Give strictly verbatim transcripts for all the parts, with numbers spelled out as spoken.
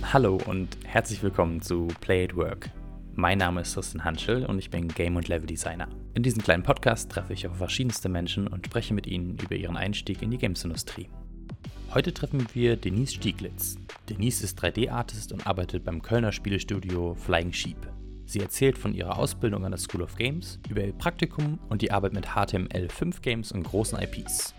Hallo und herzlich willkommen zu Play at Work. Mein Name ist Tristan Hanschel und ich bin Game- und Level-Designer. In diesem kleinen Podcast treffe ich auf verschiedenste Menschen und spreche mit ihnen über ihren Einstieg in die Games-Industrie. Heute treffen wir Denise Stieglitz. Denise ist drei D-Artist und arbeitet beim Kölner Spielestudio Flying Sheep. Sie erzählt von ihrer Ausbildung an der School of Games, über ihr Praktikum und die Arbeit mit H T M L fünf Games und großen I Ps.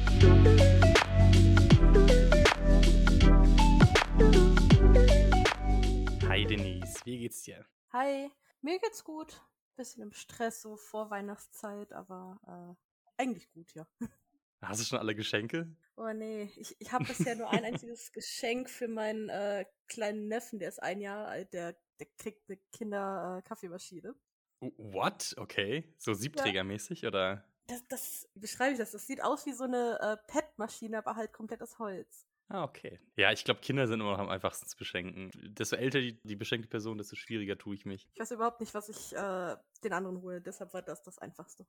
Hi Denise, wie geht's dir? Hi, mir geht's gut. Bisschen im Stress, so vor Weihnachtszeit, aber äh, eigentlich gut, ja. Hast du schon alle Geschenke? Oh nee, ich, ich habe bisher nur ein einziges Geschenk für meinen äh, kleinen Neffen, der ist ein Jahr alt, der, der kriegt eine Kinder-Kaffeemaschine. What? Okay. So Ja, siebträgermäßig oder? das, das, wie beschreibe ich das? Das sieht aus wie so eine äh, P E T-Maschine, aber halt komplett aus Holz. Ah, okay. Ja, ich glaube, Kinder sind immer noch am einfachsten zu beschenken. Desto älter die, die beschenkte Person, desto schwieriger tue ich mich. Ich weiß überhaupt nicht, was ich äh, den anderen hole, deshalb war das das Einfachste.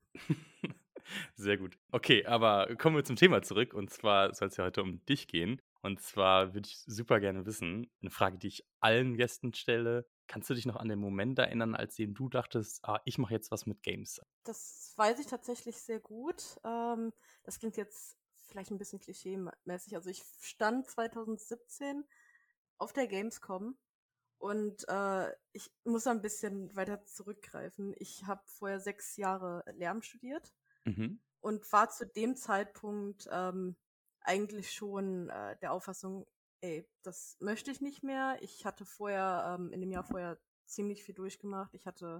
Sehr gut. Okay, aber kommen wir zum Thema zurück. Und zwar soll es ja heute um dich gehen. Und zwar würde ich super gerne wissen, eine Frage, die ich allen Gästen stelle. Kannst du dich noch an den Moment erinnern, als dem du dachtest, ah, ich mache jetzt was mit Games? Das weiß ich tatsächlich sehr gut. Ähm, das klingt jetzt vielleicht ein bisschen klischee-mäßig. Also ich stand zwanzig siebzehn auf der Gamescom und äh, ich muss ein bisschen weiter zurückgreifen. Ich habe vorher sechs Jahre Lehramt studiert Mhm. und war zu dem Zeitpunkt ähm, eigentlich schon äh, der Auffassung, ey, das möchte ich nicht mehr. Ich hatte vorher, ähm, in dem Jahr vorher ziemlich viel durchgemacht. Ich hatte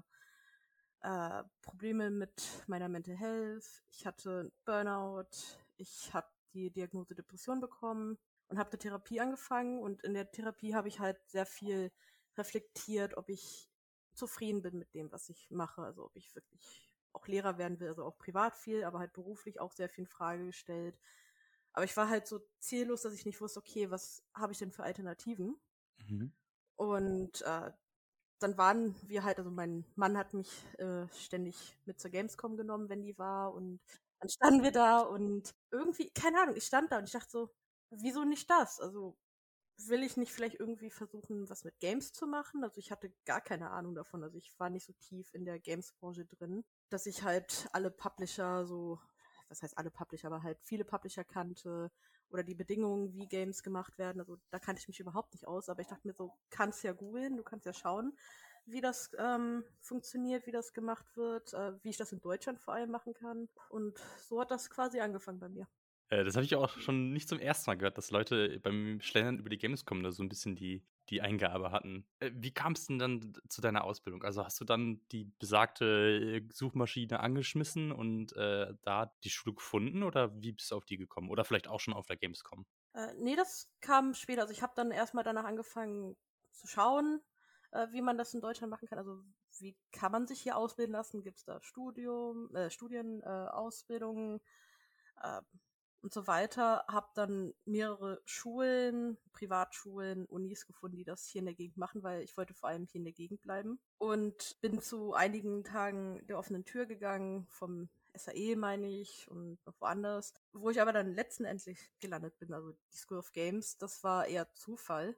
äh, Probleme mit meiner Mental Health, ich hatte Burnout, ich habe die Diagnose Depression bekommen und habe eine Therapie angefangen und in der Therapie habe ich halt sehr viel reflektiert, ob ich zufrieden bin mit dem, was ich mache, also ob ich wirklich auch Lehrer werden will, also auch privat viel, aber halt beruflich auch sehr viel in Frage gestellt. Aber ich war halt so ziellos, dass ich nicht wusste, okay, was habe ich denn für Alternativen? Mhm. Und äh, dann waren wir halt, also mein Mann hat mich äh, ständig mit zur Gamescom genommen, wenn die war und dann standen wir da und irgendwie, keine Ahnung, ich stand da und ich dachte so, wieso nicht das? Also will ich nicht vielleicht irgendwie versuchen, was mit Games zu machen? Also ich hatte gar keine Ahnung davon, also ich war nicht so tief in der Games-Branche drin, dass ich halt alle Publisher so, was heißt alle Publisher, aber halt viele Publisher kannte oder die Bedingungen, wie Games gemacht werden. Also da kannte ich mich überhaupt nicht aus, aber ich dachte mir so, kannst ja googeln, du kannst ja schauen, wie das ähm, funktioniert, wie das gemacht wird, äh, wie ich das in Deutschland vor allem machen kann. Und so hat das quasi angefangen bei mir. Äh, das habe ich auch schon nicht zum ersten Mal gehört, dass Leute beim Schlendern über die Gamescom da so ein bisschen die die Eingabe hatten. Äh, wie kam's denn dann d zu deiner Ausbildung? Also, hast du dann die besagte, äh, Suchmaschine angeschmissen und, äh, da die Schule gefunden oder wie bist du auf die gekommen? Oder vielleicht auch schon auf der Gamescom? Äh, nee, das kam später. Also ich habe dann erstmal danach angefangen zu schauen, äh, wie man das in Deutschland machen kann. Also wie kann man sich hier ausbilden lassen? Gibt es da Studium, äh, Studien, äh, Ausbildungen äh, und so weiter. Habe dann mehrere Schulen, Privatschulen, Unis gefunden, die das hier in der Gegend machen, weil ich wollte vor allem hier in der Gegend bleiben. Und bin zu einigen Tagen der offenen Tür gegangen, vom S A E meine ich und noch woanders. Wo ich aber dann letztendlich gelandet bin, also die School of Games, das war eher Zufall.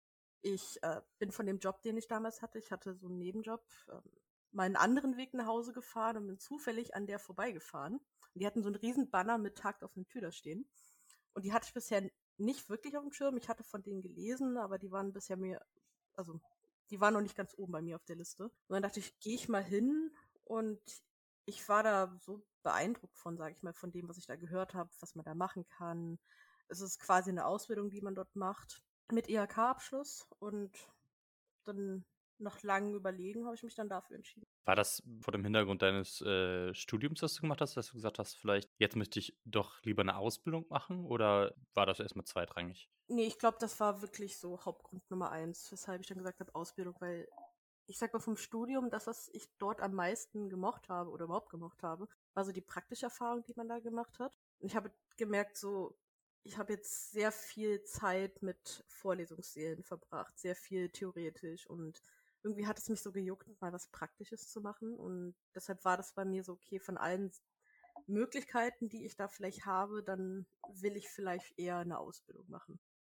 Ich äh, bin von dem Job, den ich damals hatte, ich hatte so einen Nebenjob, ähm, mal einen anderen Weg nach Hause gefahren und bin zufällig an der vorbeigefahren. Und die hatten so einen riesen Banner mit Tag auf der Tür da stehen. Und die hatte ich bisher nicht wirklich auf dem Schirm. Ich hatte von denen gelesen, aber die waren bisher mir, also die waren noch nicht ganz oben bei mir auf der Liste. Und dann dachte ich, gehe ich mal hin und ich war da so beeindruckt von, sage ich mal, von dem, was ich da gehört habe, was man da machen kann. Es ist quasi eine Ausbildung, die man dort macht, mit I H K-Abschluss und dann nach langem Überlegen habe ich mich dann dafür entschieden. War das vor dem Hintergrund deines, äh, Studiums, das du gemacht hast, dass du gesagt hast: „Vielleicht jetzt möchte ich doch lieber eine Ausbildung machen“, oder war das erst mal zweitrangig? Nee, ich glaube, das war wirklich so Hauptgrund Nummer eins, weshalb ich dann gesagt habe, Ausbildung, weil ich sag mal vom Studium, das, was ich dort am meisten gemocht habe oder überhaupt gemocht habe, war so die praktische Erfahrung, die man da gemacht hat. Und ich habe gemerkt, so, ich habe jetzt sehr viel Zeit mit Vorlesungssälen verbracht, sehr viel theoretisch und irgendwie hat es mich so gejuckt, mal was Praktisches zu machen und deshalb war das bei mir so, okay, von allen Möglichkeiten, die ich da vielleicht habe, dann will ich vielleicht eher eine Ausbildung machen.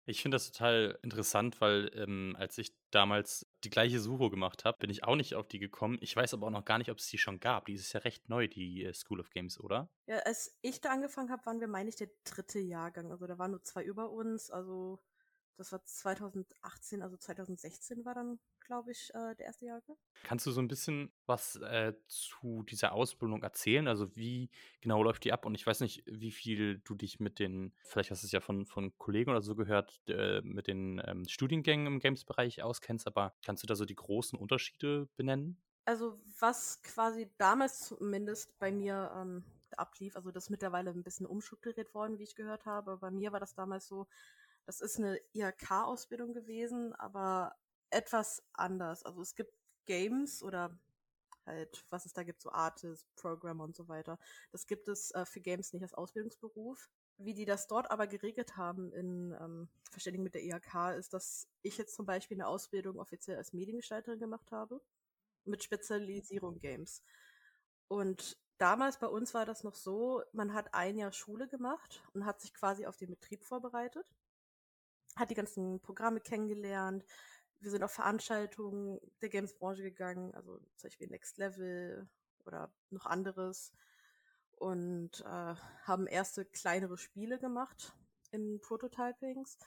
Ich finde das total interessant, weil, ähm, als ich damals die gleiche Suche gemacht habe, bin ich auch nicht auf die gekommen. Ich weiß aber auch noch gar nicht, ob es die schon gab. Die ist ja recht neu, die, äh, School of Games, oder? Ja, als ich da angefangen habe, waren wir, meine ich, der dritte Jahrgang. Also da waren nur zwei über uns. Also das war zweitausendachtzehn, also zweitausendsechzehn war dann, glaube ich, äh, der erste Jahrgang. Kannst du so ein bisschen was, äh, zu dieser Ausbildung erzählen? Also, wie genau läuft die ab? Und ich weiß nicht, wie viel du dich mit den vielleicht hast du es ja von von Kollegen oder so gehört, äh, mit den, ähm, Studiengängen im Games-Bereich auskennst, aber kannst du da so die großen Unterschiede benennen? Also was quasi damals zumindest bei mir ähm, ablief, also das ist mittlerweile ein bisschen umstrukturiert worden, wie ich gehört habe. Bei mir war das damals so, das ist eine I H K-Ausbildung gewesen, aber etwas anders. Also es gibt Games oder halt, was es da gibt, so Artist, Programmer und so weiter. Das gibt es äh, für Games nicht als Ausbildungsberuf. Wie die das dort aber geregelt haben in ähm, Verständigung mit der I H K, ist, dass ich jetzt zum Beispiel eine Ausbildung offiziell als Mediengestalterin gemacht habe mit Spezialisierung Games. Und damals bei uns war das noch so, man hat ein Jahr Schule gemacht und hat sich quasi auf den Betrieb vorbereitet, hat die ganzen Programme kennengelernt. Wir sind auf Veranstaltungen der Games-Branche gegangen, also zum Beispiel Next Level oder noch anderes. Und äh, haben erste kleinere Spiele gemacht in Prototypings.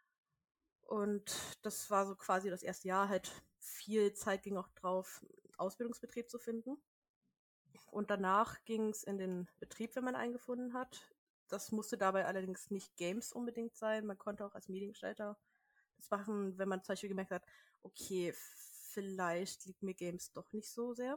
Und das war so quasi das erste Jahr, halt viel Zeit ging auch drauf, Ausbildungsbetrieb zu finden. Und danach ging es in den Betrieb, wenn man einen gefunden hat. Das musste dabei allerdings nicht Games unbedingt sein. Man konnte auch als Mediengestalter das machen, wenn man zum Beispiel gemerkt hat, okay, vielleicht liegt mir Games doch nicht so sehr.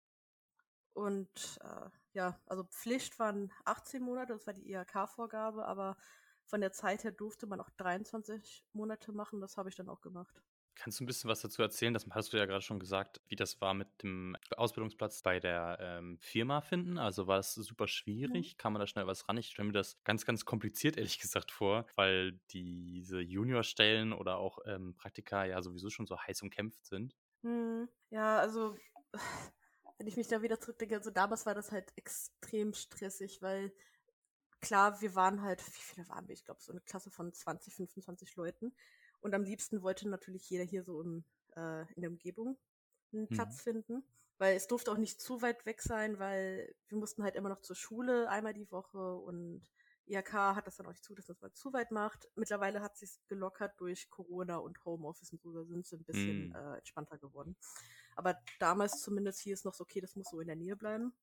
Und äh, ja, also Pflicht waren achtzehn Monate, das war die I H K-Vorgabe, aber von der Zeit her durfte man auch dreiundzwanzig Monate machen, das habe ich dann auch gemacht. Kannst du ein bisschen was dazu erzählen? Das hast du ja gerade schon gesagt, wie das war mit dem Ausbildungsplatz bei der, ähm, Firma finden. Also, war das super Mhm. schwierig? Kam man da schnell was ran? Ich stelle mir das ganz, ganz kompliziert, ehrlich gesagt, vor, weil diese Juniorstellen oder auch, ähm, Praktika ja sowieso schon so heiß umkämpft sind. Hm, ja, also wenn ich mich da wieder zurückdenke, also damals war das halt extrem stressig, weil klar, wir waren halt, wie viele waren wir? Ich glaube, so eine Klasse von zwanzig, fünfundzwanzig Leuten. Und am liebsten wollte natürlich jeder hier so im, äh, in der Umgebung einen Mhm. Platz finden. Weil es durfte auch nicht zu weit weg sein, weil wir mussten halt immer noch zur Schule einmal die Woche und I H K hat das dann auch nicht zu, dass das mal zu weit macht. Mittlerweile hat sich gelockert durch Corona und Homeoffice und so, da sind sie ein bisschen Mhm. äh, entspannter geworden. Aber damals zumindest hier ist noch so, okay, das muss so in der Nähe bleiben.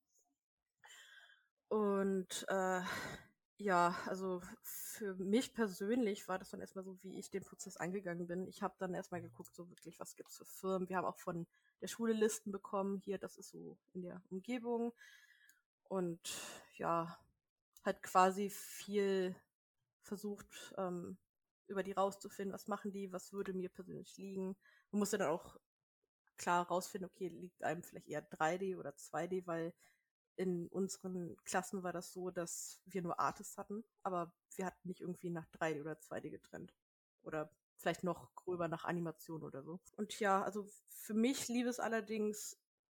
Und äh, ja, also für mich persönlich war das dann erstmal so, wie ich den Prozess angegangen bin. Ich habe dann erstmal geguckt, so wirklich, was gibt's für Firmen. Wir haben auch von der Schule Listen bekommen. Hier, das ist so in der Umgebung. Und ja, halt quasi viel versucht, ähm, über die rauszufinden, was machen die, was würde mir persönlich liegen. Man musste dann auch klar rausfinden, okay, liegt einem vielleicht eher drei D oder zwei D, weil in unseren Klassen war das so, dass wir nur Artists hatten, aber wir hatten nicht irgendwie nach drei D oder zwei D getrennt. Oder vielleicht noch gröber nach Animation oder so. Und ja, also für mich lief es allerdings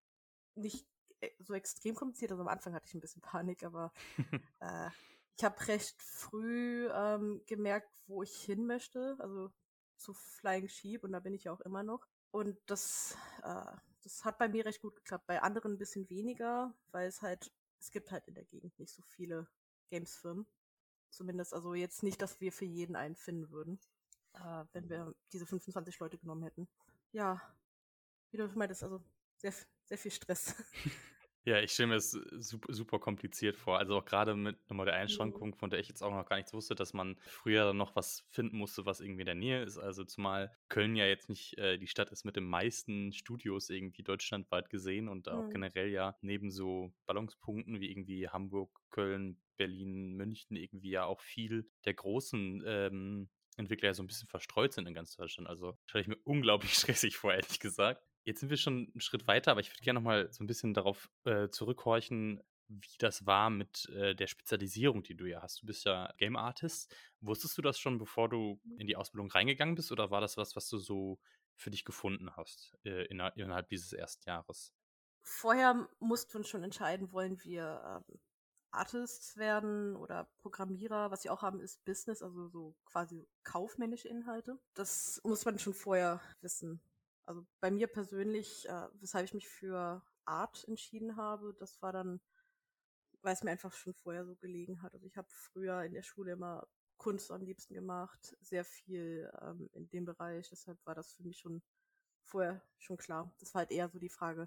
nicht e- so extrem kompliziert. Also am Anfang hatte ich ein bisschen Panik, aber äh, ich habe recht früh ähm, gemerkt, wo ich hin möchte. Also zu Flying Sheep und da bin ich ja auch immer noch. Und das, äh, das hat bei mir recht gut geklappt. Bei anderen ein bisschen weniger, weil es halt, es gibt halt in der Gegend nicht so viele Games-Firmen. Zumindest, also jetzt nicht, dass wir für jeden einen finden würden, äh, wenn wir diese fünfundzwanzig Leute genommen hätten. Ja, wie du meintest, also sehr, sehr viel Stress. Ja, ich stelle mir das sup super kompliziert vor. Also, auch gerade mit nochmal der Mhm. Einschränkung, von der ich jetzt auch noch gar nichts wusste, dass man früher noch was finden musste, was irgendwie in der Nähe ist. Also, zumal Köln ja jetzt nicht, äh, die Stadt ist mit den meisten Studios irgendwie deutschlandweit gesehen und auch Mhm. generell ja neben so Ballungspunkten wie irgendwie Hamburg, Köln, Berlin, München irgendwie ja auch viel der großen, ähm, Entwickler ja so ein bisschen verstreut sind in ganz Deutschland. Also, stelle ich mir unglaublich stressig vor, ehrlich gesagt. Jetzt sind wir schon einen Schritt weiter, aber ich würde gerne noch mal so ein bisschen darauf, äh, zurückhorchen, wie das war mit, äh, der Spezialisierung, die du ja hast. Du bist ja Game Artist. Wusstest du das schon, bevor du in die Ausbildung reingegangen bist, oder war das was, was du so für dich gefunden hast, äh, inner innerhalb dieses ersten Jahres? Vorher mussten wir uns schon entscheiden, wollen wir ähm, Artists werden oder Programmierer. Was sie auch haben, ist Business, also so quasi kaufmännische Inhalte. Das muss man schon vorher wissen. Also bei mir persönlich, äh, weshalb ich mich für Art entschieden habe, das war dann, weil es mir einfach schon vorher so gelegen hat. Also ich habe früher in der Schule immer Kunst am liebsten gemacht, sehr viel ähm, in dem Bereich. Deshalb war das für mich schon vorher schon klar. Das war halt eher so die Frage,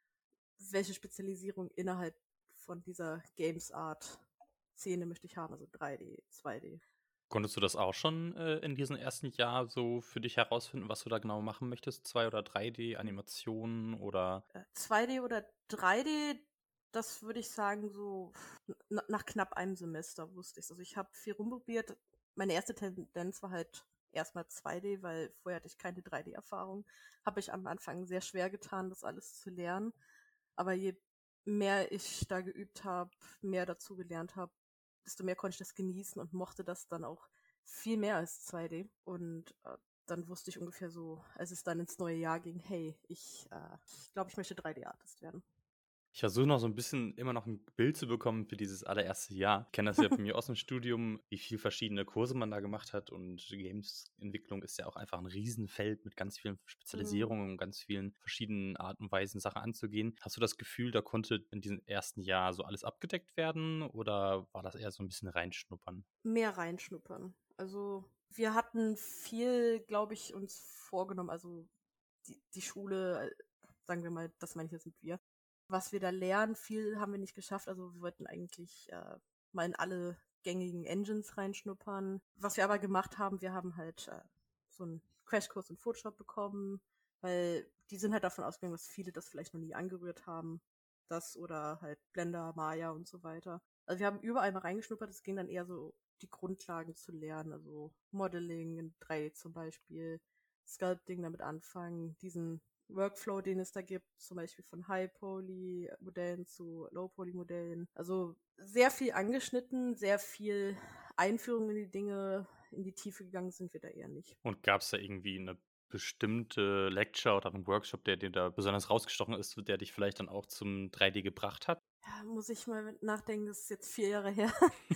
welche Spezialisierung innerhalb von dieser Games Art Szene möchte ich haben, also drei D, zwei D. Konntest du das auch schon äh, in diesem ersten Jahr so für dich herausfinden, was du da genau machen möchtest? zwei oder drei D, Animationen oder? Äh, zwei D oder drei D, das würde ich sagen, so n- nach knapp einem Semester wusste ich es. Also ich habe viel rumprobiert. Meine erste Tendenz war halt erstmal zwei D, weil vorher hatte ich keine drei D-Erfahrung. Habe ich am Anfang sehr schwer getan, das alles zu lernen. Aber je mehr ich da geübt habe, mehr dazu gelernt habe, desto mehr konnte ich das genießen und mochte das dann auch viel mehr als zwei D. Und äh, dann wusste ich ungefähr so, als es dann ins neue Jahr ging, hey, ich äh, ich glaube, ich möchte drei D-Artist werden. Ich versuche noch so ein bisschen immer noch ein Bild zu bekommen für dieses allererste Jahr. Ich kenne das ja von mir aus dem Studium, wie viel verschiedene Kurse man da gemacht hat, und Games-Entwicklung ist ja auch einfach ein Riesenfeld mit ganz vielen Mhm. Spezialisierungen und ganz vielen verschiedenen Arten und Weisen, Sachen anzugehen. Hast du das Gefühl, da konnte in diesem ersten Jahr so alles abgedeckt werden oder war das eher so ein bisschen reinschnuppern? Mehr reinschnuppern. Also wir hatten viel, glaube ich, uns vorgenommen. Also die, die Schule, äh, sagen wir mal, das meine ich jetzt mit wir. Was wir da lernen, viel haben wir nicht geschafft. Also wir wollten eigentlich äh, mal in alle gängigen Engines reinschnuppern. Was wir aber gemacht haben, wir haben halt äh, so einen Crashkurs in Photoshop bekommen, weil die sind halt davon ausgegangen, dass viele das vielleicht noch nie angerührt haben. Das oder halt Blender, Maya und so weiter. Also wir haben überall mal reingeschnuppert, es ging dann eher so die Grundlagen zu lernen, also Modeling in drei D zum Beispiel, Sculpting damit anfangen, diesen Workflow, den es da gibt, zum Beispiel von High-Poly-Modellen zu Low-Poly-Modellen. Also sehr viel angeschnitten, sehr viel Einführung in die Dinge, in die Tiefe gegangen sind wir da eher nicht. Und gab es da irgendwie eine bestimmte Lecture oder 'n Workshop, der dir da besonders rausgestochen ist, der dich vielleicht dann auch zum drei D gebracht hat? Ja, muss ich mal mit nachdenken, das ist jetzt vier Jahre her.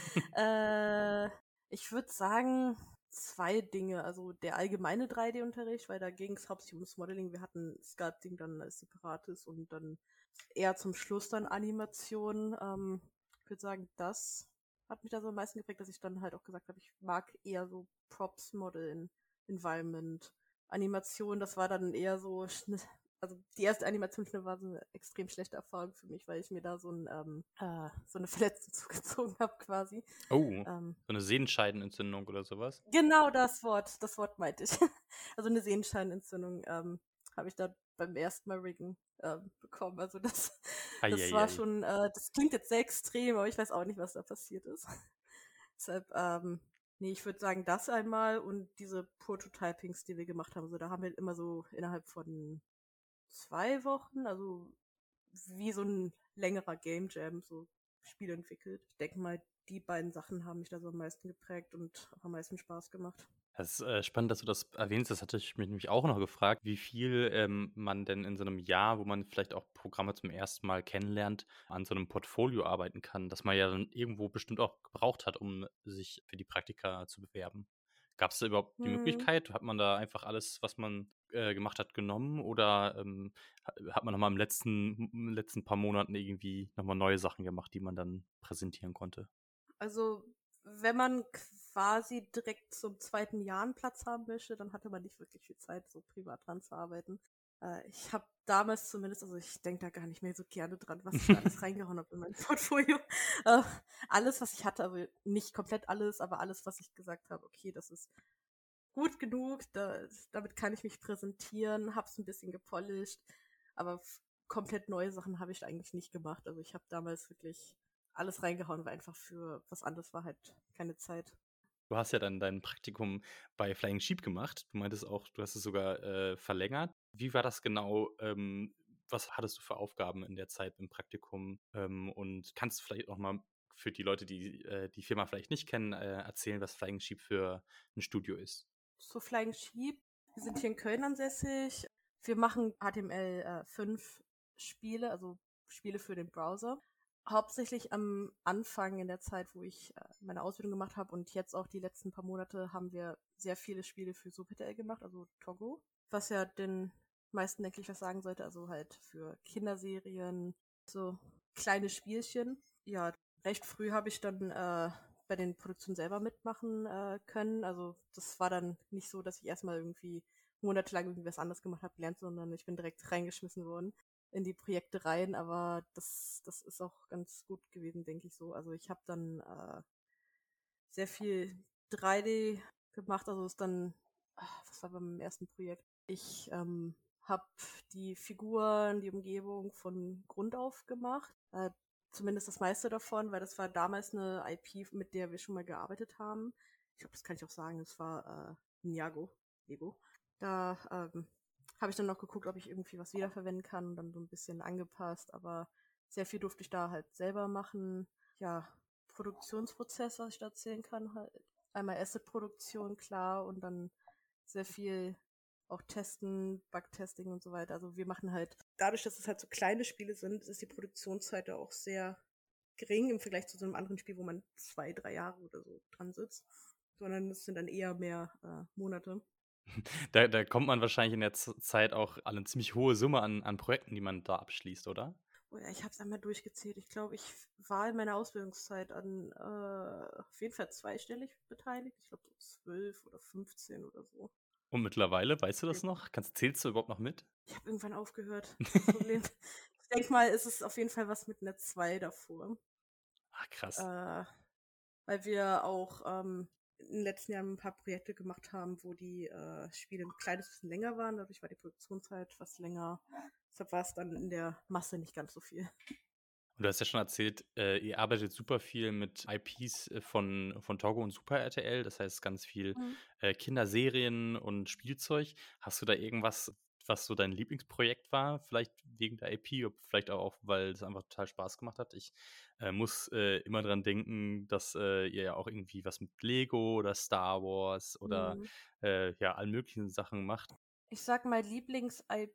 äh, ich würde sagen, zwei Dinge. Also der allgemeine drei D-Unterricht, weil da ging es hauptsächlich ums Modeling. Wir hatten Sculpting dann als separates und dann eher zum Schluss dann Animation. Ähm, ich würde sagen, das hat mich da so am meisten geprägt, dass ich dann halt auch gesagt habe, ich mag eher so Props, Modeln, Environment, Animation. Das war dann eher so, schn- also die erste Animationsschnitt war so eine extrem schlechte Erfahrung für mich, weil ich mir da so, ein, ähm, äh, so eine Verletzung zugezogen habe quasi. Oh, Ähm, so 'ne Sehenscheidenentzündung oder so was? genau das Wort, das Wort meinte ich. Also eine Sehenscheinentzündung ähm, habe ich da beim ersten Mal Riggen ähm, bekommen. Also das, Ei, das ei, war ei. schon, äh, das klingt jetzt sehr extrem, aber ich weiß auch nicht, was da passiert ist. Deshalb, ähm, nee, ich würde sagen, das einmal und diese Prototypings, die wir gemacht haben. Also da haben wir immer so innerhalb von zwei Wochen, also wie so ein längerer Game Jam, so Spiele entwickelt. Ich denke mal, die beiden Sachen haben mich da so am meisten geprägt und auch am meisten Spaß gemacht. Das ist, äh, spannend, dass du das erwähnst. Das hatte ich mich nämlich auch noch gefragt, wie viel, ähm, man denn in so einem Jahr, wo man vielleicht auch Programme zum ersten Mal kennenlernt, an so einem Portfolio arbeiten kann, das man ja dann irgendwo bestimmt auch gebraucht hat, um sich für die Praktika zu bewerben. Gab es da überhaupt die Hm, Möglichkeit? Hat man da einfach alles, was man, äh, gemacht hat, genommen oder, ähm, ha hat man noch mal im letzten im letzten paar Monaten irgendwie noch mal neue Sachen gemacht, die man dann präsentieren konnte? also wenn man quasi direkt zum zweiten Jahr einen Platz haben möchte, dann hatte man nicht wirklich viel Zeit, so privat dran zu arbeiten. Äh, ich habe damals zumindest, also ich denke da gar nicht mehr so gerne dran, was ich da alles reingehauen habe in mein Portfolio. Äh, alles, was ich hatte, also nicht komplett alles, aber alles, was ich gesagt habe, okay, das ist gut genug, da, damit kann ich mich präsentieren, hab's ein bisschen gepolished, aber f- komplett neue Sachen habe ich eigentlich nicht gemacht. Also ich habe damals wirklich alles reingehauen, weil einfach für was anderes war halt keine Zeit. Du hast ja dann dein Praktikum bei Flying Sheep gemacht. Du meintest auch, du hast es sogar, äh, verlängert. Wie war das genau? Ähm, was hattest du für Aufgaben in der Zeit im Praktikum? Ähm, und kannst du vielleicht auch mal für die Leute, die, äh, die Firma vielleicht nicht kennen, äh, erzählen, was Flying Sheep für ein Studio ist? So Flying Sheep, wir sind hier in Köln ansässig. Wir machen H T M L fünf Spiele, also Spiele für den Browser. Hauptsächlich am Anfang in der Zeit, wo ich äh, meine Ausbildung gemacht habe und jetzt auch die letzten paar Monate haben wir sehr viele Spiele für Super R T L gemacht, also Togo, was ja den meisten, denke ich, was sagen sollte, also halt für Kinderserien, so kleine Spielchen. Ja, recht früh habe ich dann äh, bei den Produktionen selber mitmachen äh, können, also das war dann nicht so, dass ich erstmal irgendwie monatelang irgendwie was anderes gemacht habe, gelernt, sondern ich bin direkt reingeschmissen worden in die Projekte rein, aber das, das ist auch ganz gut gewesen, denke ich so. Also ich habe dann äh, sehr viel drei D gemacht, also ist dann, ach, was war beim ersten Projekt? Ich ähm, habe die Figuren, die Umgebung von Grund auf gemacht, äh, zumindest das meiste davon, weil das war damals eine I P, mit der wir schon mal gearbeitet haben. Ich glaube, das kann ich auch sagen, das war äh, Ninjago, Lego. Da ähm, habe ich dann noch geguckt, ob ich irgendwie was wiederverwenden kann und dann so ein bisschen angepasst, aber sehr viel durfte ich da halt selber machen. Ja, Produktionsprozess, was ich da erzählen kann, halt. Einmal Asset-Produktion, klar, und dann sehr viel auch Testen, Bug-Testing und so weiter. Also wir machen halt, dadurch, dass es halt so kleine Spiele sind, ist die Produktionszeit da auch sehr gering im Vergleich zu so einem anderen Spiel, wo man zwei, drei Jahre oder so dran sitzt. Sondern es sind dann eher mehr äh, Monate. Da, da kommt man wahrscheinlich in der Z- Zeit auch an eine ziemlich hohe Summe an, an Projekten, die man da abschließt, oder? Oh ja, ich habe es einmal durchgezählt. Ich glaube, ich war in meiner Ausbildungszeit an äh, auf jeden Fall zweistellig beteiligt. Ich glaube so zwölf oder fünfzehn oder so. Und mittlerweile, weißt du das noch? Kannst, zählst du überhaupt noch mit? Ich habe irgendwann aufgehört. Das ist das Problem. Ich denke mal, es ist auf jeden Fall was mit einer zwei davor. Ach, krass. Äh, weil wir auch ähm, in den letzten Jahren ein paar Projekte gemacht haben, wo die äh, Spiele ein kleines bisschen länger waren. Dadurch war die Produktionszeit was länger. Deshalb war es dann in der Masse nicht ganz so viel. Und du hast ja schon erzählt, äh, ihr arbeitet super viel mit I Ps äh, von, von Togo und Super R T L, das heißt ganz viel Mhm. äh, Kinderserien und Spielzeug. Hast du da irgendwas, was so dein Lieblingsprojekt war? Vielleicht wegen der I P, ob- vielleicht auch, weil es einfach total Spaß gemacht hat. Ich äh, muss äh, immer dran denken, dass äh, ihr ja auch irgendwie was mit Lego oder Star Wars oder Mhm. äh, ja, allen möglichen Sachen macht. Ich sag mal, Lieblings-I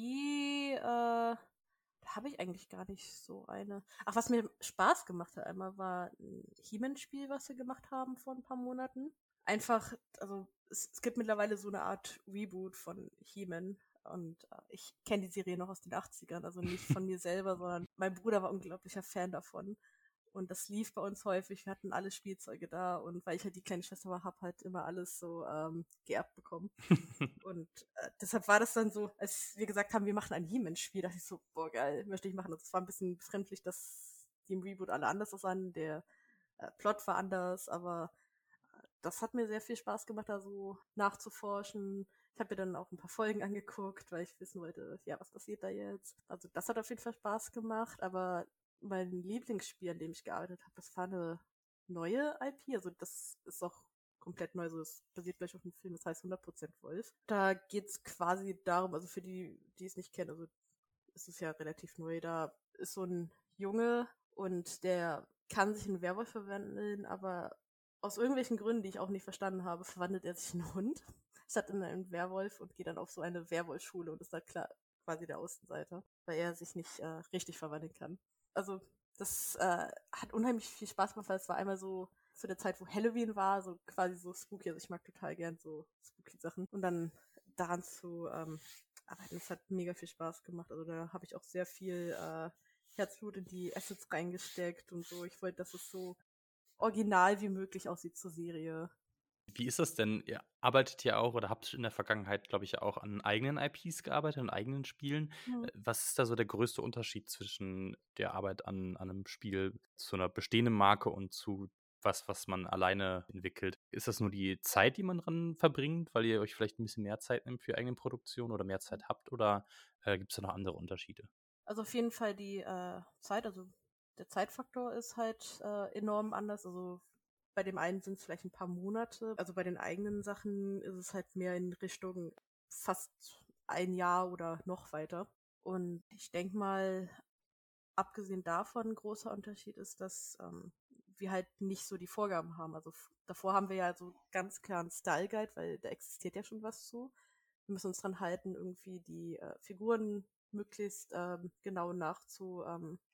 P, äh, da habe ich eigentlich gar nicht so eine. Ach, was mir Spaß gemacht hat einmal, war ein He-Man-Spiel, was wir gemacht haben vor ein paar Monaten. Einfach, also es, es gibt mittlerweile so eine Art Reboot von He-Man. Und äh, ich kenne die Serie noch aus den achtzigern, also nicht von mir selber, sondern mein Bruder war unglaublicher Fan davon. Und das lief bei uns häufig. Wir hatten alle Spielzeuge da und weil ich halt die kleine Schwester war, hab halt immer alles so ähm, geerbt bekommen. Und äh, deshalb war das dann so, als wir gesagt haben, wir machen ein He-Man-Spiel, dachte ich so, boah, geil, möchte ich machen. Und es war ein bisschen befremdlich, dass die im Reboot alle anders aussahen. Der äh, Plot war anders, aber äh, das hat mir sehr viel Spaß gemacht, da so nachzuforschen. Ich habe mir dann auch ein paar Folgen angeguckt, weil ich wissen wollte, ja, was passiert da jetzt. Also das hat auf jeden Fall Spaß gemacht, aber mein Lieblingsspiel, an dem ich gearbeitet habe, das war eine neue I P. Also das ist auch komplett neu, also es basiert gleich auf einem Film, das heißt hundert Prozent Wolf. Da geht's quasi darum, also für die, die es nicht kennen, also es ist ja relativ neu, da ist so ein Junge und der kann sich in einen Werwolf verwandeln, aber aus irgendwelchen Gründen, die ich auch nicht verstanden habe, verwandelt er sich in einen Hund, statt in einen Werwolf und geht dann auf so eine Werwolfschule und ist da klar quasi der Außenseiter, weil er sich nicht äh, richtig verwandeln kann. Also das äh, hat unheimlich viel Spaß gemacht, weil es war einmal so zu der Zeit, wo Halloween war, so quasi so spooky. Also ich mag total gern so spooky Sachen. Und dann daran zu ähm, arbeiten, das hat mega viel Spaß gemacht. Also da habe ich auch sehr viel äh, Herzblut in die Assets reingesteckt und so. Ich wollte, dass es so original wie möglich aussieht zur Serie. Wie ist das denn? Ihr arbeitet ja auch oder habt in der Vergangenheit, glaube ich, ja auch an eigenen I Ps gearbeitet, an eigenen Spielen. Hm. Äh, Was ist da so der größte Unterschied zwischen der Arbeit an, an einem Spiel zu einer bestehenden Marke und zu was, was man alleine entwickelt? Ist das nur die Zeit, die man dran verbringt, weil ihr euch vielleicht ein bisschen mehr Zeit nimmt für eigene Produktion oder mehr Zeit habt? Oder äh, gibt es da noch andere Unterschiede? Also auf jeden Fall die äh, Zeit, also der Zeitfaktor ist halt äh, enorm anders. Also bei dem einen sind es vielleicht ein paar Monate. Also bei den eigenen Sachen ist es halt mehr in Richtung fast ein Jahr oder noch weiter. Und ich denke mal, abgesehen davon, ein großer Unterschied ist, dass ähm, wir halt nicht so die Vorgaben haben. Also f- davor haben wir ja so ganz klar einen Style Guide, weil da existiert ja schon was zu. Wir müssen uns dran halten, irgendwie die äh, Figuren möglichst ähm, genau nachzu, ähm,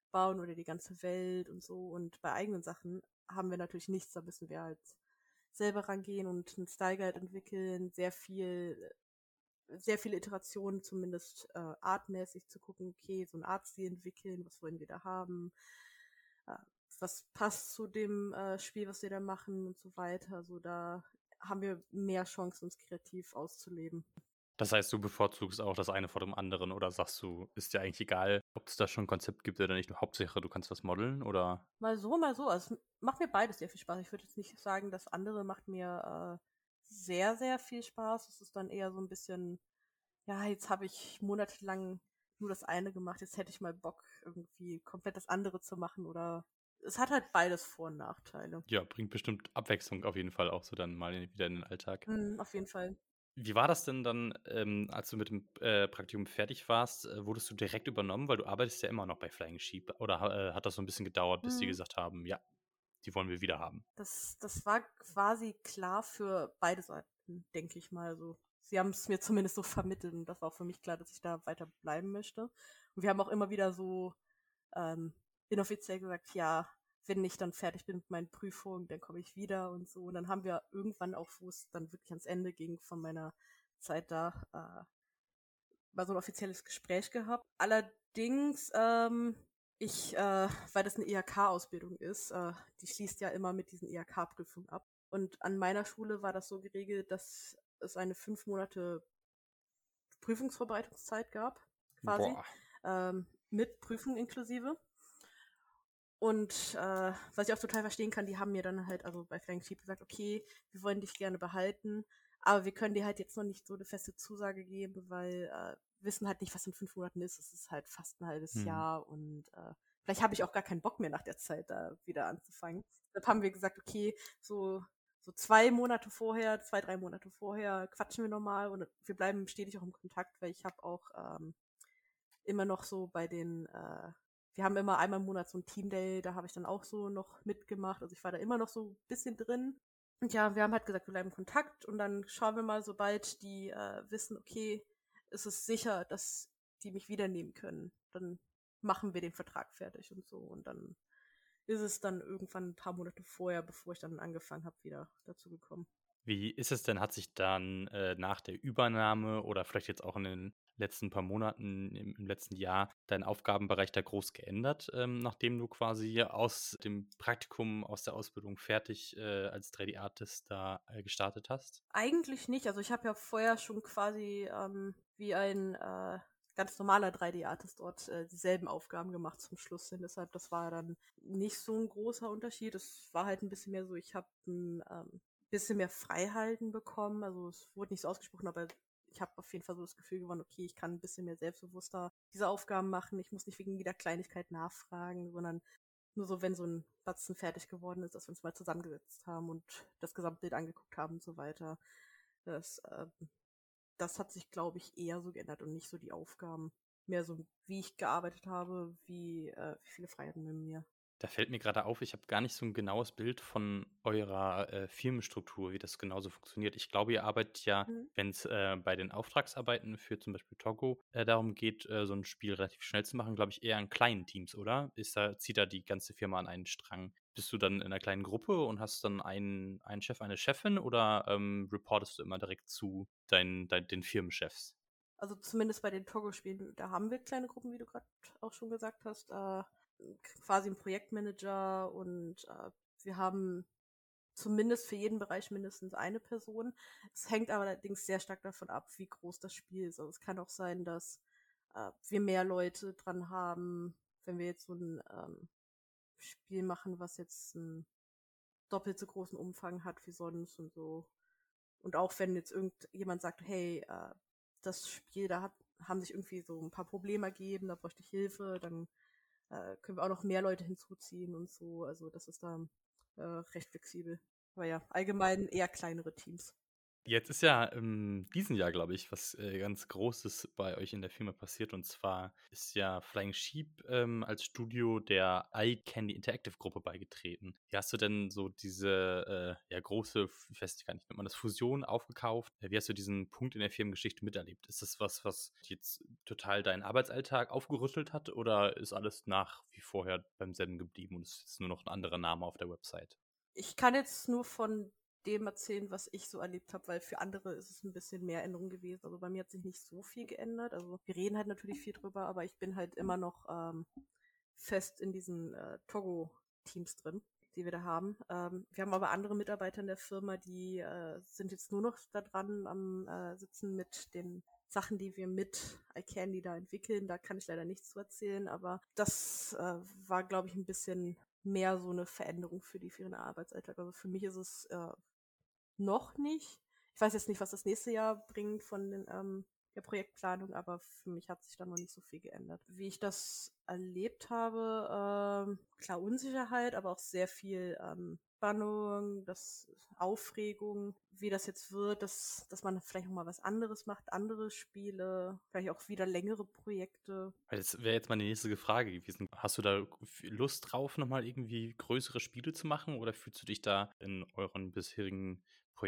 bauen oder die ganze Welt und so. Und bei eigenen Sachen haben wir natürlich nichts, da müssen wir halt selber rangehen und einen Style Guide entwickeln, sehr viel, sehr viele Iterationen, zumindest äh, artmäßig zu gucken, okay, so ein Artstil entwickeln, was wollen wir da haben, äh, was passt zu dem äh, Spiel, was wir da machen und so weiter. Also da haben wir mehr Chancen, uns kreativ auszuleben. Das heißt, du bevorzugst auch das eine vor dem anderen oder sagst du, ist dir eigentlich egal, ob es da schon ein Konzept gibt oder nicht? Hauptsache, du kannst was modeln oder? Mal so, mal so. Also es macht mir beides sehr viel Spaß. Ich würde jetzt nicht sagen, das andere macht mir äh, sehr, sehr viel Spaß. Es ist dann eher so ein bisschen, ja, jetzt habe ich monatelang nur das eine gemacht, jetzt hätte ich mal Bock, irgendwie komplett das andere zu machen oder es hat halt beides Vor- und Nachteile. Ja, bringt bestimmt Abwechslung auf jeden Fall auch so dann mal in, wieder in den Alltag. Mhm, auf jeden Fall. Wie war das denn dann, ähm, als du mit dem äh, Praktikum fertig warst? Äh, wurdest du direkt übernommen, weil du arbeitest ja immer noch bei Flying Sheep? Oder ha- äh, hat das so ein bisschen gedauert, bis die Mhm. gesagt haben, ja, die wollen wir wieder haben? Das, das war quasi klar für beide Seiten, denke ich mal. So. Sie haben es mir zumindest so vermittelt und das war auch für mich klar, dass ich da weiter bleiben möchte. Und wir haben auch immer wieder so ähm, inoffiziell gesagt, ja, wenn ich dann fertig bin mit meinen Prüfungen, dann komme ich wieder und so. Und dann haben wir irgendwann auch, wo es dann wirklich ans Ende ging von meiner Zeit da, äh, mal so ein offizielles Gespräch gehabt. Allerdings, ähm, ich, äh, weil das eine I H K-Ausbildung ist, äh, die schließt ja immer mit diesen I H K-Prüfungen ab. Und an meiner Schule war das so geregelt, dass es eine fünf Monate Prüfungsvorbereitungszeit gab, quasi, Boah. ähm, mit Prüfung inklusive. Und äh, was ich auch total verstehen kann, die haben mir dann halt, also bei Flying Sheep gesagt, okay, wir wollen dich gerne behalten, aber wir können dir halt jetzt noch nicht so eine feste Zusage geben, weil äh, wir wissen halt nicht, was in fünf Monaten ist. Es ist halt fast ein halbes Hm. Jahr und äh, vielleicht habe ich auch gar keinen Bock mehr nach der Zeit da wieder anzufangen. Deshalb haben wir gesagt, okay, so, so zwei Monate vorher, zwei, drei Monate vorher quatschen wir nochmal und wir bleiben stetig auch im Kontakt, weil ich habe auch ähm, immer noch so bei den äh, wir haben immer einmal im Monat so ein Team Day, da habe ich dann auch so noch mitgemacht. Also ich war da immer noch so ein bisschen drin. Und ja, wir haben halt gesagt, wir bleiben in Kontakt und dann schauen wir mal, sobald die äh, wissen, okay, es ist sicher, dass die mich wiedernehmen können. Dann machen wir den Vertrag fertig und so. Und dann ist es dann irgendwann ein paar Monate vorher, bevor ich dann angefangen habe, wieder dazu gekommen. Wie ist es denn? Hat sich dann äh, nach der Übernahme oder vielleicht jetzt auch in den letzten paar Monaten, im, im letzten Jahr, dein Aufgabenbereich da groß geändert, ähm, nachdem du quasi aus dem Praktikum, aus der Ausbildung fertig äh, als drei D-Artist da äh, gestartet hast? Eigentlich nicht. Also ich habe ja vorher schon quasi ähm, wie ein äh, ganz normaler drei D-Artist dort äh, dieselben Aufgaben gemacht zum Schluss hin. Deshalb, das war dann nicht so ein großer Unterschied. Es war halt ein bisschen mehr so, ich habe ein ähm, bisschen mehr Freiheiten bekommen. Also es wurde nicht so ausgesprochen, aber ich habe auf jeden Fall so das Gefühl gewonnen, okay, ich kann ein bisschen mehr selbstbewusster diese Aufgaben machen. Ich muss nicht wegen jeder Kleinigkeit nachfragen, sondern nur so, wenn so ein Batzen fertig geworden ist, dass wir uns mal zusammengesetzt haben und das Gesamtbild angeguckt haben und so weiter. Das, äh, das hat sich, glaube ich, eher so geändert und nicht so die Aufgaben. Mehr so, wie ich gearbeitet habe, wie, äh, wie viele Freiheiten mit mir. Da fällt mir gerade auf, ich habe gar nicht so ein genaues Bild von eurer äh, Firmenstruktur, wie das genauso funktioniert. Ich glaube, ihr arbeitet ja, Mhm. wenn es äh, bei den Auftragsarbeiten für zum Beispiel Togo äh, darum geht, äh, so ein Spiel relativ schnell zu machen, glaube ich, eher in kleinen Teams, oder? Ist da, zieht da die ganze Firma an einen Strang? Bist du dann in einer kleinen Gruppe und hast dann einen, einen Chef, eine Chefin oder ähm, reportest du immer direkt zu deinen, dein, den Firmenchefs? Also zumindest bei den Togo-Spielen, da haben wir kleine Gruppen, wie du gerade auch schon gesagt hast. Äh, quasi einen Projektmanager und äh, wir haben zumindest für jeden Bereich mindestens eine Person. Es hängt aber allerdings sehr stark davon ab, wie groß das Spiel ist. Also es kann auch sein, dass äh, wir mehr Leute dran haben, wenn wir jetzt so ein ähm, Spiel machen, was jetzt einen doppelt so großen Umfang hat wie sonst und so. Und auch wenn jetzt irgendjemand sagt, hey, äh, das Spiel, da hat, haben sich irgendwie so ein paar Probleme ergeben, da bräuchte ich Hilfe, dann äh, können wir auch noch mehr Leute hinzuziehen und so. Also das ist da äh, recht flexibel. Aber ja, allgemein eher kleinere Teams. Jetzt ist ja in diesem Jahr, glaube ich, was äh, ganz Großes bei euch in der Firma passiert. Und zwar ist ja Flying Sheep ähm, als Studio der Eye Candy Interactive Gruppe beigetreten. Wie hast du denn so diese äh, ja, große, ich weiß gar nicht, nennt man das Fusion aufgekauft? Wie hast du diesen Punkt in der Firmengeschichte miterlebt? Ist das was, was jetzt total deinen Arbeitsalltag aufgerüttelt hat oder ist alles nach wie vorher beim selben geblieben und es ist nur noch ein anderer Name auf der Website? Ich kann jetzt nur von dem erzählen, was ich so erlebt habe, weil für andere ist es ein bisschen mehr Änderung gewesen. Also bei mir hat sich nicht so viel geändert. Also wir reden halt natürlich viel drüber, aber ich bin halt immer noch ähm, fest in diesen äh, Togo-Teams drin, die wir da haben. Ähm, wir haben aber andere Mitarbeiter in der Firma, die äh, sind jetzt nur noch da dran am äh, Sitzen mit den Sachen, die wir mit iCandy da entwickeln. Da kann ich leider nichts zu erzählen, aber das äh, war, glaube ich, ein bisschen mehr so eine Veränderung für die für ihren Arbeitsalltag. Also für mich ist es äh, noch nicht. Ich weiß jetzt nicht, was das nächste Jahr bringt von den, ähm, der Projektplanung, aber für mich hat sich da noch nicht so viel geändert. Wie ich das erlebt habe, ähm, klar Unsicherheit, aber auch sehr viel ähm, Spannung, das Aufregung, wie das jetzt wird, dass, dass man vielleicht noch mal was anderes macht, andere Spiele, vielleicht auch wieder längere Projekte. Das wäre jetzt meine nächste Frage gewesen. Hast du da Lust drauf, nochmal irgendwie größere Spiele zu machen oder fühlst du dich da in euren bisherigen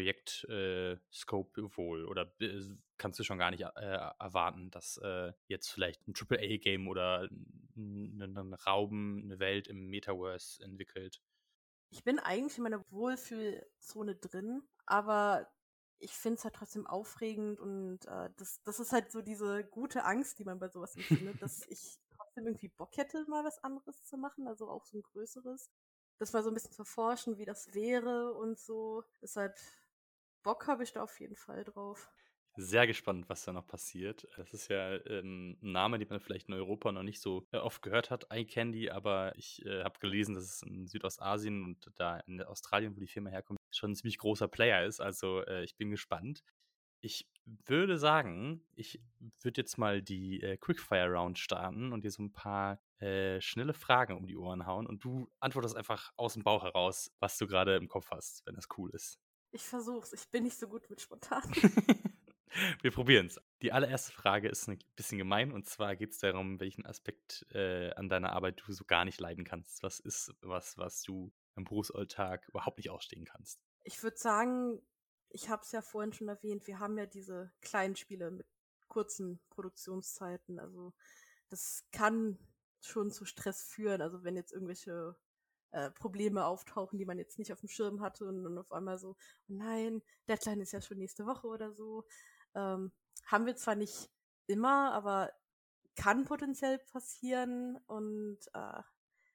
Projekt-Scope wohl? Oder äh, kannst du schon gar nicht äh, erwarten, dass äh, jetzt vielleicht ein Triple A-Game oder ein, ein Raum, eine Welt im Metaverse entwickelt? Ich bin eigentlich in meiner Wohlfühlzone drin, aber ich finde es halt trotzdem aufregend und äh, das, das ist halt so diese gute Angst, die man bei sowas empfindet, dass ich trotzdem irgendwie Bock hätte, mal was anderes zu machen, also auch so ein größeres. Das mal so ein bisschen zu forschen, wie das wäre und so. Deshalb Bock habe ich da auf jeden Fall drauf. Sehr gespannt, was da noch passiert. Es ist ja ähm, ein Name, den man vielleicht in Europa noch nicht so äh, oft gehört hat, iCandy, aber ich äh, habe gelesen, dass es in Südostasien und da in Australien, wo die Firma herkommt, schon ein ziemlich großer Player ist. Also äh, ich bin gespannt. Ich würde sagen, ich würde jetzt mal die äh, Quickfire-Round starten und dir so ein paar äh, schnelle Fragen um die Ohren hauen und du antwortest einfach aus dem Bauch heraus, was du gerade im Kopf hast, wenn das cool ist. Ich versuch's, ich bin nicht so gut mit spontan. Wir probieren es. Die allererste Frage ist ein bisschen gemein und zwar geht es darum, welchen Aspekt äh, an deiner Arbeit du so gar nicht leiden kannst. Was ist was, was du im Berufsalltag überhaupt nicht ausstehen kannst? Ich würde sagen, ich habe es ja vorhin schon erwähnt, wir haben ja diese kleinen Spiele mit kurzen Produktionszeiten. Also das kann schon zu Stress führen. Also wenn jetzt irgendwelche äh, Probleme auftauchen, die man jetzt nicht auf dem Schirm hatte und dann auf einmal so, oh nein, Deadline ist ja schon nächste Woche oder so. Ähm, haben wir zwar nicht immer, aber kann potenziell passieren und äh,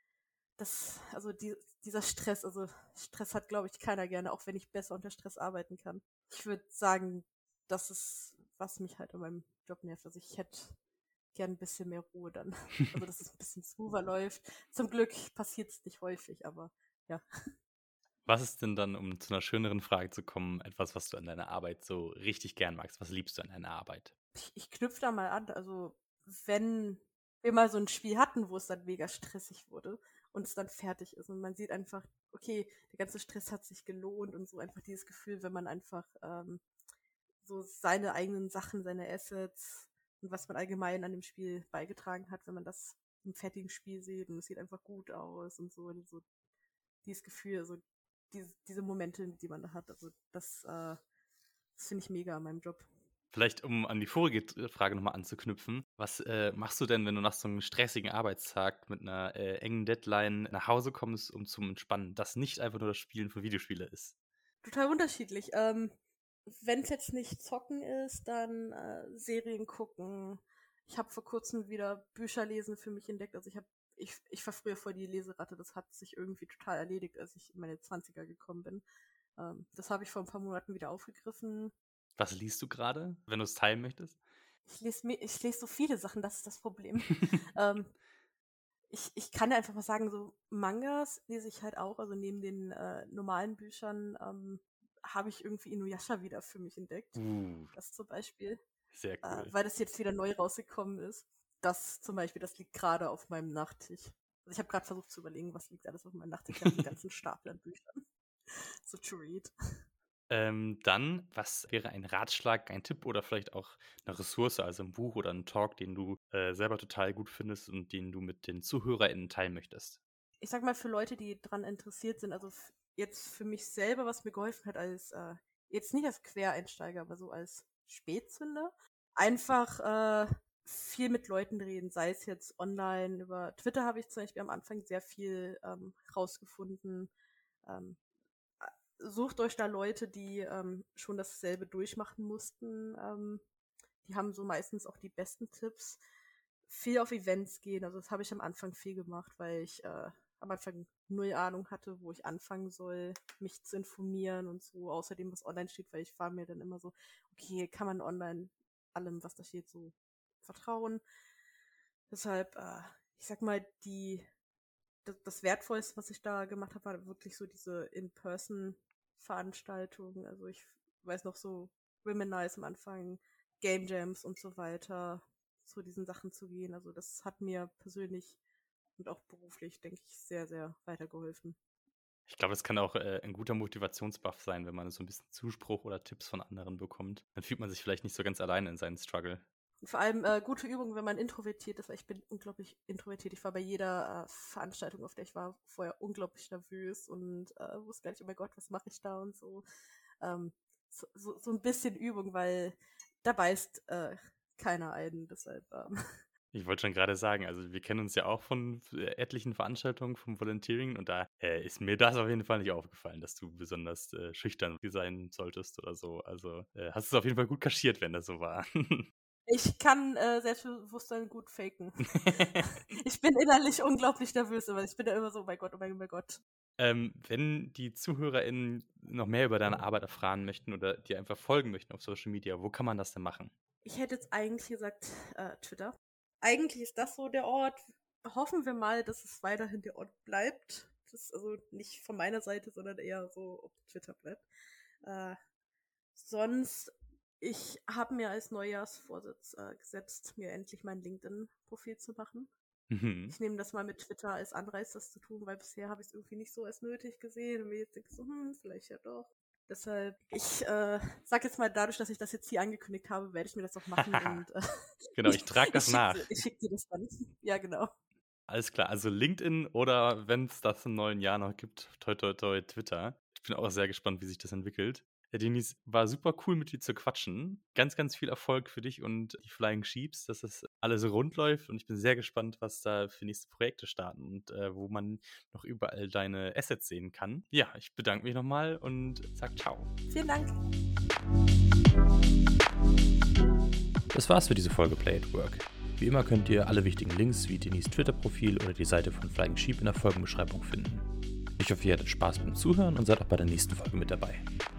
das, also die, dieser Stress, also Stress hat, glaube ich, keiner gerne, auch wenn ich besser unter Stress arbeiten kann. Ich würde sagen, das ist, was mich halt an meinem Job nervt. Also ich hätte gern ein bisschen mehr Ruhe dann. Also dass es ein bisschen smoother läuft. Zum Glück passiert es nicht häufig, aber ja. Was ist denn dann, um zu einer schöneren Frage zu kommen, etwas, was du an deiner Arbeit so richtig gern magst? Was liebst du an deiner Arbeit? Ich, ich knüpfe da mal an. Also wenn wir mal so ein Spiel hatten, wo es dann mega stressig wurde und es dann fertig ist und man sieht einfach, okay, der ganze Stress hat sich gelohnt und so einfach dieses Gefühl, wenn man einfach ähm, so seine eigenen Sachen, seine Assets und was man allgemein an dem Spiel beigetragen hat, wenn man das im fertigen Spiel sieht und es sieht einfach gut aus und so, und so dieses Gefühl, so diese, diese Momente, die man da hat, also das, äh, das finde ich mega an meinem Job. Vielleicht, um an die vorige t- Frage nochmal anzuknüpfen, was äh, machst du denn, wenn du nach so einem stressigen Arbeitstag mit einer äh, engen Deadline nach Hause kommst, um zum Entspannen, das nicht einfach nur das Spielen von Videospielen ist? Total unterschiedlich. Ähm, wenn es jetzt nicht zocken ist, dann äh, Serien gucken. Ich habe vor kurzem wieder Bücher lesen für mich entdeckt. Also ich habe, ich, ich war früher vor die Leseratte. Das hat sich irgendwie total erledigt, als ich in meine Zwanziger gekommen bin. Ähm, das habe ich vor ein paar Monaten wieder aufgegriffen. Was liest du gerade, wenn du es teilen möchtest? Ich lese ich lese so viele Sachen, das ist das Problem. ähm, ich, ich kann ja einfach mal sagen, so Mangas lese ich halt auch. Also neben den äh, normalen Büchern ähm, habe ich irgendwie Inuyasha wieder für mich entdeckt. Uh, Das zum Beispiel, sehr äh, cool. weil das jetzt wieder neu rausgekommen ist. Das zum Beispiel, das liegt gerade auf meinem Nachttisch. Also ich habe gerade versucht zu überlegen, was liegt alles auf meinem Nachttisch. Ich habe einen ganzen Stapel an Büchern. So to read. Ähm, dann, was wäre ein Ratschlag, ein Tipp oder vielleicht auch eine Ressource, also ein Buch oder ein Talk, den du äh, selber total gut findest und den du mit den ZuhörerInnen teilen möchtest? Ich sag mal, für Leute, die dran interessiert sind, also f- jetzt für mich selber, was mir geholfen hat, als, äh, jetzt nicht als Quereinsteiger, aber so als Spätzünder, einfach äh, viel mit Leuten reden, sei es jetzt online, über Twitter habe ich zum Beispiel am Anfang sehr viel ähm, rausgefunden. Ähm, Sucht euch da Leute, die ähm, schon dasselbe durchmachen mussten. Ähm, die haben so meistens auch die besten Tipps. Viel auf Events gehen, also das habe ich am Anfang viel gemacht, weil ich äh, am Anfang null Ahnung hatte, wo ich anfangen soll, mich zu informieren und so, außerdem was online steht, weil ich war mir dann immer so, okay, kann man online allem, was da steht, so vertrauen. Deshalb, äh, ich sag mal, die das, das Wertvollste, was ich da gemacht habe, war wirklich so diese In-Person-Veranstaltungen. Also ich weiß noch so Reminisce am Anfang, Game Jams und so weiter, zu diesen Sachen zu gehen. Also das hat mir persönlich und auch beruflich, denke ich, sehr, sehr weitergeholfen. Ich glaube, das kann auch äh, ein guter Motivationsbuff sein, wenn man so ein bisschen Zuspruch oder Tipps von anderen bekommt. Dann fühlt man sich vielleicht nicht so ganz alleine in seinen Struggle. Und vor allem äh, gute Übungen, wenn man introvertiert ist, weil ich bin unglaublich introvertiert. Ich war bei jeder äh, Veranstaltung, auf der ich war, vorher unglaublich nervös und äh, wusste gar nicht, oh mein Gott, was mache ich da und so. Ähm, so, so. So ein bisschen Übung, weil da beißt äh, keiner ein. Deshalb. Ähm. Ich wollte schon gerade sagen, also wir kennen uns ja auch von äh, etlichen Veranstaltungen vom Volunteering und da äh, ist mir das auf jeden Fall nicht aufgefallen, dass du besonders äh, schüchtern sein solltest oder so. Also äh, hast du es auf jeden Fall gut kaschiert, wenn das so war. Ich kann äh, Selbstbewusstsein gut faken. Ich bin innerlich unglaublich nervös, aber ich bin da immer so, oh mein Gott, oh mein, oh mein Gott. Ähm, wenn die ZuhörerInnen noch mehr über deine Arbeit erfahren möchten oder dir einfach folgen möchten auf Social Media, wo kann man das denn machen? Ich hätte jetzt eigentlich gesagt, äh, Twitter. Eigentlich ist das so der Ort. Hoffen wir mal, dass es weiterhin der Ort bleibt. Das ist also nicht von meiner Seite, sondern eher so, ob Twitter bleibt. Äh, sonst, ich habe mir als Neujahrsvorsitz äh, gesetzt, mir endlich mein LinkedIn-Profil zu machen. Mhm. Ich nehme das mal mit Twitter als Anreiz, das zu tun, weil bisher habe ich es irgendwie nicht so als nötig gesehen. Und mir jetzt denke ich so, hm, vielleicht ja doch. Deshalb, ich äh, sag jetzt mal, dadurch, dass ich das jetzt hier angekündigt habe, werde ich mir das auch machen und äh, Genau, ich trage das ich nach. schick, ich schick dir das dann. Ja, genau. Alles klar, also LinkedIn oder wenn es das im neuen Jahr noch gibt, toi toi toi Twitter. Ich bin auch sehr gespannt, wie sich das entwickelt. Ja, Denise, war super cool mit dir zu quatschen. Ganz, ganz viel Erfolg für dich und die Flying Sheeps, dass das alles rund läuft und ich bin sehr gespannt, was da für nächste Projekte starten und äh, wo man noch überall deine Assets sehen kann. Ja, ich bedanke mich nochmal und sag ciao. Vielen Dank. Das war's für diese Folge Play at Work. Wie immer könnt ihr alle wichtigen Links wie Denise Twitter-Profil oder die Seite von Flying Sheep in der Folgenbeschreibung finden. Ich hoffe, ihr hattet Spaß beim Zuhören und seid auch bei der nächsten Folge mit dabei.